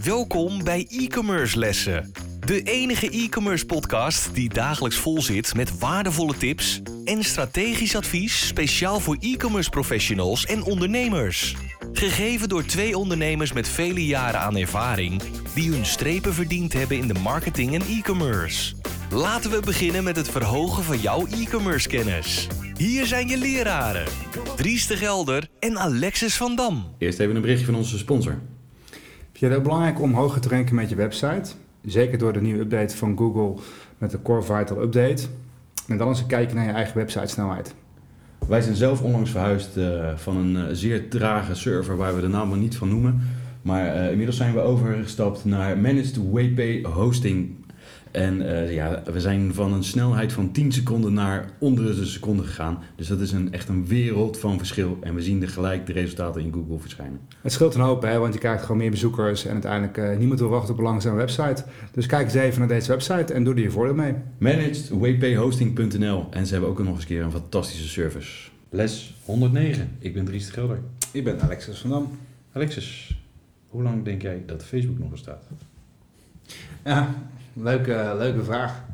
Welkom bij e-commerce lessen. De enige e-commerce podcast die dagelijks vol zit met waardevolle tips en strategisch advies speciaal voor e-commerce professionals en ondernemers. Gegeven door 2 ondernemers met vele jaren aan ervaring die hun strepen verdiend hebben in de marketing en e-commerce. Laten we beginnen met het verhogen van jouw e-commerce kennis. Hier zijn je leraren, Dries de Gelder en Alexis van Dam. Eerst even een berichtje van onze sponsor. Vind je het ook belangrijk om hoger te ranken met je website? Zeker door de nieuwe update van Google met de Core Vital Update. En dan eens een kijkje naar je eigen websitesnelheid. Wij zijn zelf onlangs verhuisd van een zeer trage server waar we de naam maar niet van noemen. Maar inmiddels zijn we overgestapt naar Managed WP Hosting. En we zijn van een snelheid van 10 seconden naar onder de seconde gegaan. Dus dat is echt een wereld van verschil. En we zien gelijk de resultaten in Google verschijnen. Het scheelt een hoop, hè, want je krijgt gewoon meer bezoekers en uiteindelijk niemand wil wachten op een langzame website. Dus kijk eens even naar deze website en doe er je voordeel mee. ManagedWPHosting.nl. En ze hebben ook nog eens een keer een fantastische service. Les 109. Ik ben Dries de Gelder. Ik ben Alexis van Dam. Alexis, hoe lang denk jij dat Facebook nog bestaat? Ja, leuke vraag.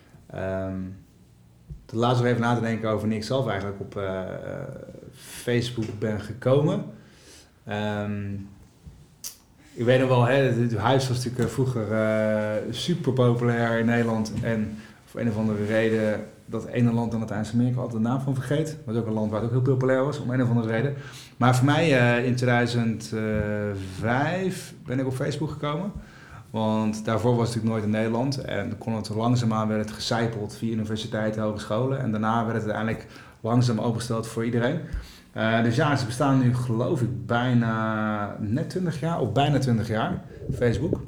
Toen laatst nog even na te denken over wanneer ik zelf eigenlijk op Facebook ben gekomen. Ik weet nog wel, het huis was natuurlijk vroeger super populair in Nederland. En voor een of andere reden, dat ene land in Latijns-Amerika altijd de naam van vergeet. Dat was ook een land waar het ook heel populair was, om een of andere reden. Maar voor mij in 2005 ben ik op Facebook gekomen. Want daarvoor was het natuurlijk nooit in Nederland. En dan kon het langzaamaan werd het gecijpeld via universiteiten, hogescholen. En daarna werd het uiteindelijk langzaam opengesteld voor iedereen. Dus ja, ze bestaan nu geloof ik bijna net 20 jaar, of bijna 20 jaar, Facebook.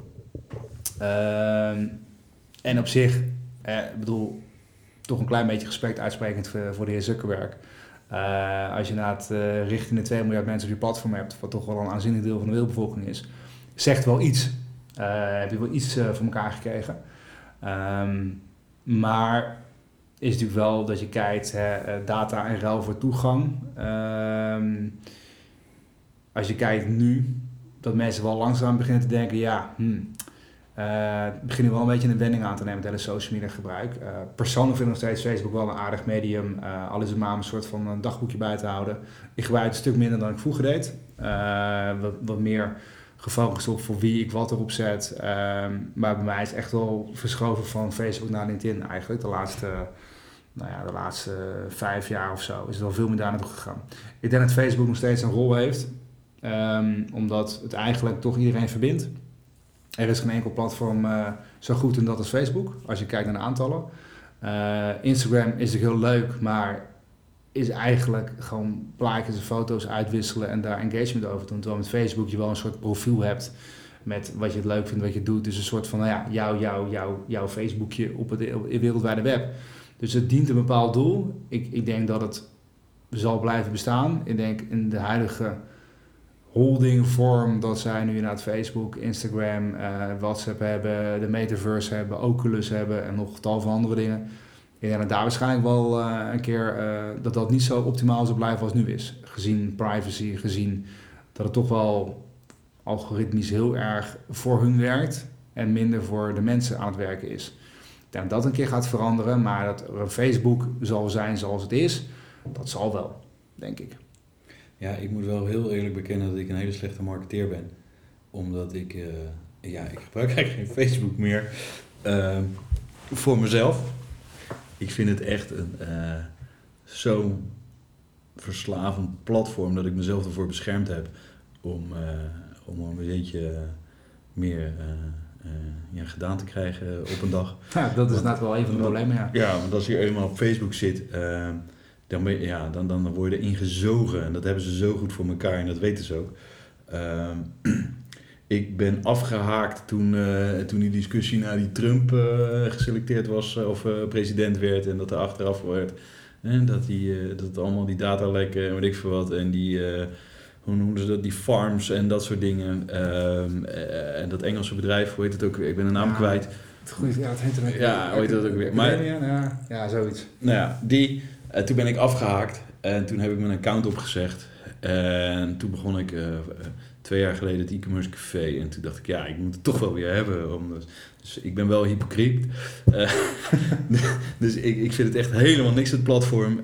En op zich, ik bedoel, toch een klein beetje respect uitsprekend voor de heer Zuckerberg. Als je richting de 2 miljard mensen op je platform hebt, wat toch wel een aanzienlijk deel van de wereldbevolking is, zegt wel iets. Heb je wel iets voor elkaar gekregen. Maar is natuurlijk wel dat je kijkt, data en ruil voor toegang. Als je kijkt nu, dat mensen wel langzaam beginnen te denken, beginnen wel een beetje een wending aan te nemen met hele social media gebruik. Persoonlijk vind ik nog steeds Facebook wel een aardig medium. Al is het maar een soort van een dagboekje bij te houden. Ik gebruik het een stuk minder dan ik vroeger deed. Wat meer gefocust op voor wie ik wat erop zet. Maar bij mij is het echt wel verschoven van Facebook naar LinkedIn eigenlijk. De laatste 5 jaar of zo is het wel veel meer daar naartoe gegaan. Ik denk dat Facebook nog steeds een rol heeft. Omdat het eigenlijk toch iedereen verbindt. Er is geen enkel platform zo goed in dat als Facebook. Als je kijkt naar de aantallen. Instagram is natuurlijk heel leuk, maar is eigenlijk gewoon plaatjes en foto's uitwisselen en daar engagement over doen. Terwijl met Facebook je wel een soort profiel hebt met wat je het leuk vindt, wat je doet. Dus een soort van jouw Facebookje op het wereldwijde web. Dus het dient een bepaald doel. Ik denk dat het zal blijven bestaan. Ik denk in de huidige holdingvorm dat zij nu inderdaad Facebook, Instagram, WhatsApp hebben, de Metaverse hebben, Oculus hebben en nog tal van andere dingen. Ik denk dat daar waarschijnlijk wel een keer dat niet zo optimaal zal blijven als het nu is. Gezien privacy, gezien dat het toch wel algoritmisch heel erg voor hun werkt en minder voor de mensen aan het werken is. Ik denk dat een keer gaat veranderen, maar dat Facebook zal zijn zoals het is, dat zal wel, denk ik. Ja, ik moet wel heel eerlijk bekennen dat ik een hele slechte marketeer ben. Omdat ik gebruik eigenlijk geen Facebook meer voor mezelf. Ik vind het echt zo'n verslavend platform dat ik mezelf ervoor beschermd heb om een beetje meer gedaan te krijgen op een dag. Ja, dat is net wel een van de problemen, ja. Ja, want als je eenmaal op Facebook zit, dan word je ingezogen. En dat hebben ze zo goed voor elkaar en dat weten ze ook. Ik ben afgehaakt toen die discussie naar die Trump geselecteerd was of president werd en dat er achteraf werd. En dat allemaal die datalekken en weet ik veel wat en die, hoe noemen ze dat, die farms en dat soort dingen. En dat Engelse bedrijf, hoe heet het ook weer? Ik ben de naam kwijt. Goed, ja, het heet er ook. Ja, hoe heet dat ook weer? Maar, ja, zoiets. Nou ja, toen ben ik afgehaakt en toen heb ik mijn account opgezegd. En toen begon ik 2 jaar geleden het e-commerce café. En toen dacht ik, ik moet het toch wel weer hebben. Dus ik ben wel hypocriet. Dus ik vind het echt helemaal niks, het platform.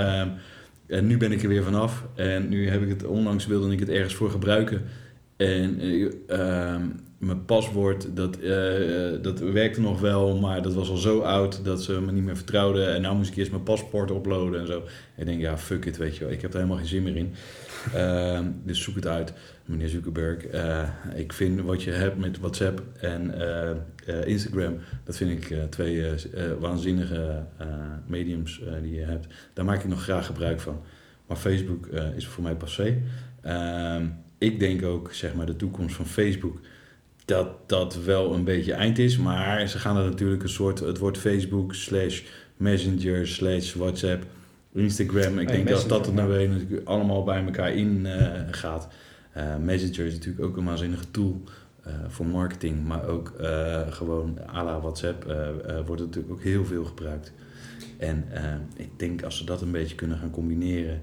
En nu ben ik er weer vanaf. En nu heb ik het, onlangs wilde ik het ergens voor gebruiken. En mijn paswoord, dat werkte nog wel, maar dat was al zo oud dat ze me niet meer vertrouwden. En nou moest ik eerst mijn paspoort uploaden en zo. En ik denk, fuck it, weet je wel. Ik heb er helemaal geen zin meer in. Dus zoek het uit, meneer Zuckerberg. Ik vind wat je hebt met WhatsApp en Instagram, dat vind ik 2 waanzinnige mediums die je hebt. Daar maak ik nog graag gebruik van. Maar Facebook is voor mij passé. Ik denk ook, zeg maar, de toekomst van Facebook, dat wel een beetje eind is. Maar ze gaan er natuurlijk het wordt Facebook /Messenger /WhatsApp, Instagram. Ik denk dat het nou weer allemaal bij elkaar in gaat. Messenger is natuurlijk ook een waanzinnige tool voor marketing. Maar ook gewoon à la WhatsApp wordt het natuurlijk ook heel veel gebruikt. En ik denk als ze dat een beetje kunnen gaan combineren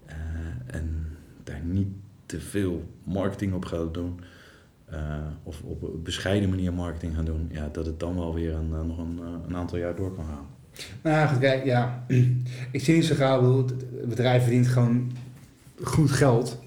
en daar niet te veel marketing op gaan doen, of op een bescheiden manier marketing gaan doen, dat het dan wel weer nog een aantal jaar door kan gaan. Nou goed, kijk, ik zie niet zo gauw, het bedrijf verdient gewoon goed geld.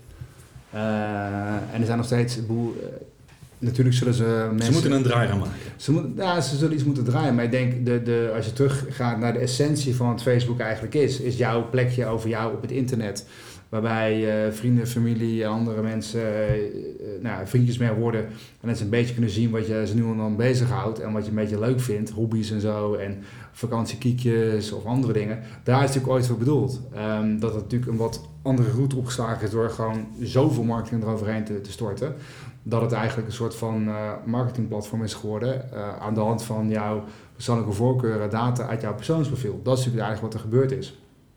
En er zijn nog steeds een boel. Natuurlijk zullen ze mensen... Ze moeten een draai gaan maken. Ze zullen iets moeten draaien. Maar ik denk, als je teruggaat naar de essentie van wat Facebook eigenlijk is jouw plekje over jou op het internet. Waarbij vrienden, familie, andere mensen, vriendjes mee worden. En dat ze een beetje kunnen zien wat je ze nu en dan bezighoudt. En wat je een beetje leuk vindt. Hobby's en zo. En vakantiekiekjes of andere dingen. Daar is het natuurlijk ooit voor bedoeld. Dat het natuurlijk een wat andere route opgeslagen is door gewoon zoveel marketing eroverheen te storten. Dat het eigenlijk een soort van marketingplatform is geworden. Aan de hand van jouw persoonlijke voorkeuren, data uit jouw persoonsprofiel. Dat is natuurlijk eigenlijk wat er gebeurd is.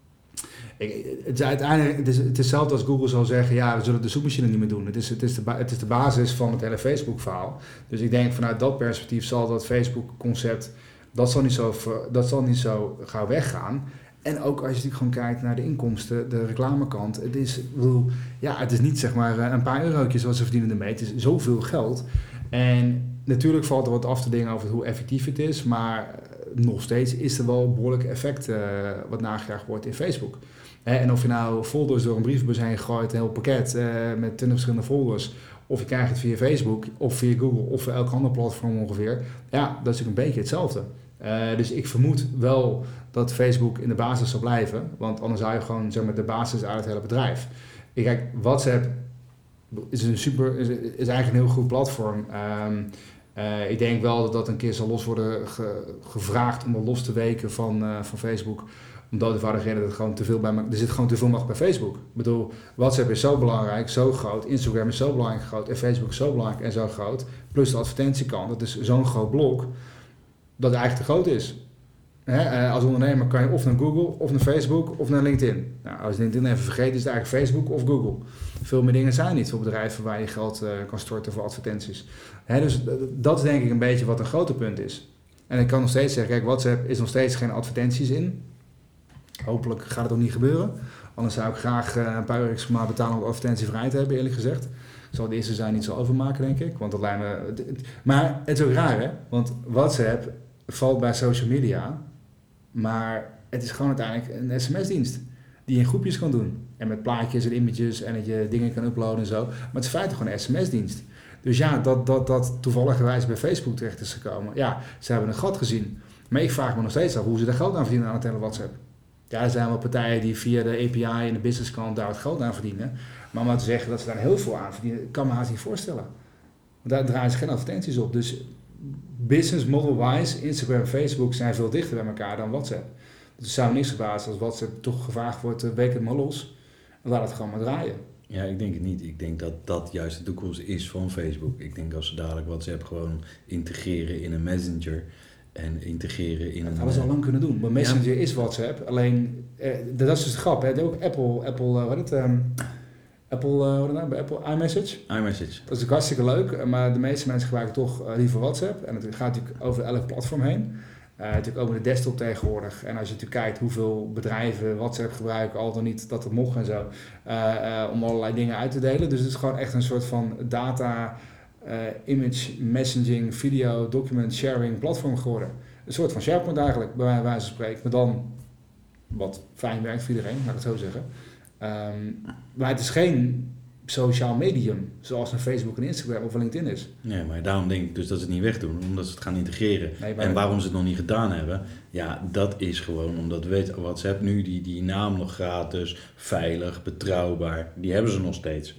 Het is hetzelfde als Google zal zeggen, we zullen de zoekmachine niet meer doen. Het is de basis van het hele Facebook-verhaal. Dus ik denk vanuit dat perspectief zal dat Facebook-concept, dat zal niet zo gauw weggaan. En ook als je natuurlijk gewoon kijkt naar de inkomsten, de reclamekant. Het is niet zeg maar een paar eurotjes wat ze verdienen ermee. Het is zoveel geld. En natuurlijk valt er wat af te dingen over hoe effectief het is. Maar nog steeds is er wel een behoorlijk effect wat nagejaagd wordt in Facebook. En of je nou folders door een brievenbus heen gooit, een heel pakket met 20 verschillende folders. Of je krijgt het via Facebook of via Google of via elk ander platform ongeveer. Ja, dat is natuurlijk een beetje hetzelfde. Dus ik vermoed wel dat Facebook in de basis zal blijven. Want anders zou je gewoon zeg maar, de basis uit het hele bedrijf. Kijk, WhatsApp is eigenlijk een heel goed platform. Ik denk wel dat dat een keer zal los worden gevraagd om dat los te weken van Facebook. Omdat de vaardigheden dat gewoon te veel bij er zit gewoon te veel macht bij Facebook. Ik bedoel, WhatsApp is zo belangrijk, zo groot. Instagram is zo belangrijk groot. En Facebook is zo belangrijk en zo groot. Plus de advertentiekant. Dat is zo'n groot blok dat het eigenlijk te groot is. Als ondernemer kan je of naar Google, of naar Facebook, of naar LinkedIn. Nou, als je LinkedIn even vergeet, is het eigenlijk Facebook of Google. Veel meer dingen zijn niet voor bedrijven waar je geld kan storten voor advertenties. Dus dat is denk ik een beetje wat een groter punt is. En ik kan nog steeds zeggen, kijk, WhatsApp is nog steeds geen advertenties in. Hopelijk gaat het ook niet gebeuren. Anders zou ik graag een paar euro maar betalen om advertentievrijheid te hebben, eerlijk gezegd. Ik zal de eerste zijn niet zo overmaken, denk ik. Want dat lijkt me... Maar het is ook raar, hè? Want WhatsApp valt bij social media, maar het is gewoon uiteindelijk een sms-dienst die je in groepjes kan doen. En met plaatjes en images en dat je dingen kan uploaden en zo. Maar het is feitelijk gewoon een sms-dienst. Dus dat toevalligerwijs bij Facebook terecht is gekomen. Ja, ze hebben een gat gezien. Maar ik vraag me nog steeds af hoe ze er geld aan verdienen aan het hele WhatsApp. Ja, er zijn wel partijen die via de API en de businesskant daar het geld aan verdienen. Maar om te zeggen dat ze daar heel veel aan verdienen, kan me haast niet voorstellen. Want daar draaien ze geen advertenties op. Dus business model-wise, Instagram en Facebook zijn veel dichter bij elkaar dan WhatsApp. Dus het zou niks verbazen als WhatsApp toch gevraagd wordt, week het maar los. En laat het gewoon maar draaien. Ja, ik denk het niet. Ik denk dat dat juist de toekomst is van Facebook. Ik denk als ze dadelijk WhatsApp gewoon integreren in een messenger en integreren in dat hadden ze al lang kunnen doen. Maar Messenger is WhatsApp. Alleen, dat is dus de grap. Hè? Ook Apple iMessage. iMessage. Dat is ook hartstikke leuk, maar de meeste mensen gebruiken toch liever WhatsApp. En het gaat natuurlijk over elk platform heen. Natuurlijk ook met de desktop tegenwoordig. En als je natuurlijk kijkt hoeveel bedrijven WhatsApp gebruiken, al dan niet dat het mocht en zo, om allerlei dingen uit te delen. Dus het is gewoon echt een soort van data, image, messaging, video, document sharing platform geworden. Een soort van SharePoint eigenlijk, bij wijze van spreken. Maar dan wat fijn werkt voor iedereen, laat ik het zo zeggen. Maar het is geen sociaal medium, zoals een Facebook en Instagram of een LinkedIn is. Ja, maar daarom denk ik dus dat ze het niet wegdoen, omdat ze het gaan integreren. Nee, maar en waarom ze het nog niet gedaan hebben, ja, dat is gewoon omdat WhatsApp nu die naam nog gratis, veilig, betrouwbaar, die hebben ze nog steeds.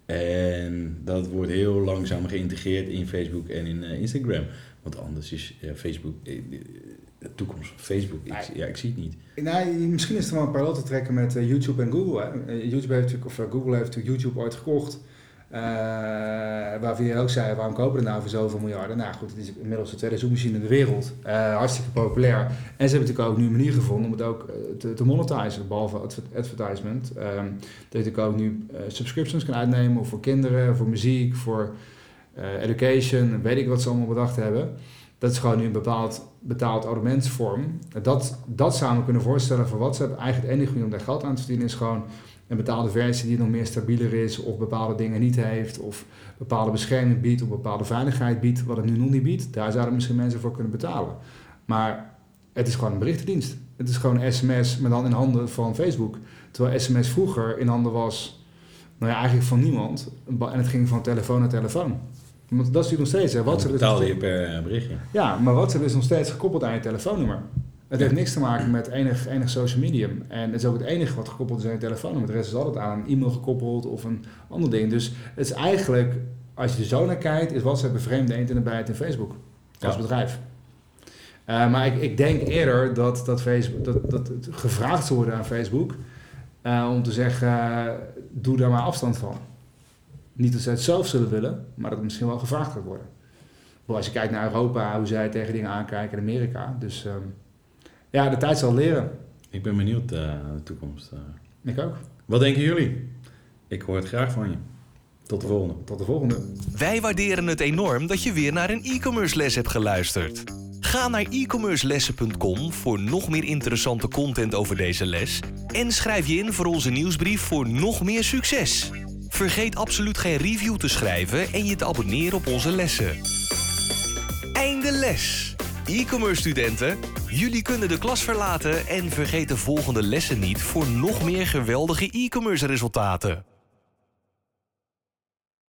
En dat wordt heel langzaam geïntegreerd in Facebook en in Instagram. Want anders is Facebook, de toekomst van Facebook, ik zie het niet. Nou, misschien is er wel een parallel te trekken met YouTube en Google. Hè. Google heeft natuurlijk YouTube ooit gekocht. Waarvan je ook zei, waarom kopen we het nou voor zoveel miljarden? Nou goed, het is inmiddels de tweede zoekmachine in de wereld. Hartstikke populair. En ze hebben natuurlijk ook nu een manier gevonden om het ook te monetizen, behalve advertisement. Dat je natuurlijk ook nu subscriptions kan uitnemen voor kinderen, voor muziek, voor education, weet ik wat ze allemaal bedacht hebben. Dat is gewoon nu een betaald abonnementsvorm. Dat zou me kunnen voorstellen voor WhatsApp. Eigenlijk het enige manier om daar geld aan te verdienen is gewoon een betaalde versie die nog meer stabieler is, of bepaalde dingen niet heeft, of bepaalde bescherming biedt, of bepaalde veiligheid biedt, wat het nu nog niet biedt. Daar zouden misschien mensen voor kunnen betalen. Maar het is gewoon een berichtendienst. Het is gewoon sms, maar dan in handen van Facebook. Terwijl sms vroeger in handen was, nou ja, eigenlijk van niemand. En het ging van telefoon naar telefoon. Want dat is natuurlijk nog steeds. Hè. WhatsApp betaalde je per berichtje. Ja, maar WhatsApp is nog steeds gekoppeld aan je telefoonnummer. Het heeft niks te maken met enig social medium. En het is ook het enige wat gekoppeld is aan je telefoonnummer. De rest is altijd aan een e-mail gekoppeld of een ander ding. Dus het is eigenlijk, als je er zo naar kijkt, is WhatsApp een vreemde eend in de bijt in Facebook. Als bedrijf. Maar ik denk eerder dat het gevraagd zou worden aan Facebook om te zeggen, doe daar maar afstand van. Niet dat ze het zelf zullen willen, maar dat het misschien wel gevraagd gaat worden. Als je kijkt naar Europa, hoe zij tegen dingen aankijken in Amerika. Dus ja, de tijd zal leren. Ik ben benieuwd naar de toekomst. Ik ook. Wat denken jullie? Ik hoor het graag van je. Tot de volgende. Tot de volgende. Wij waarderen het enorm dat je weer naar een e-commerce les hebt geluisterd. Ga naar e-commercelessen.com voor nog meer interessante content over deze les. En schrijf je in voor onze nieuwsbrief voor nog meer succes. Vergeet absoluut geen review te schrijven en je te abonneren op onze lessen. Einde les! E-commerce studenten, jullie kunnen de klas verlaten en vergeet de volgende lessen niet voor nog meer geweldige e-commerce resultaten.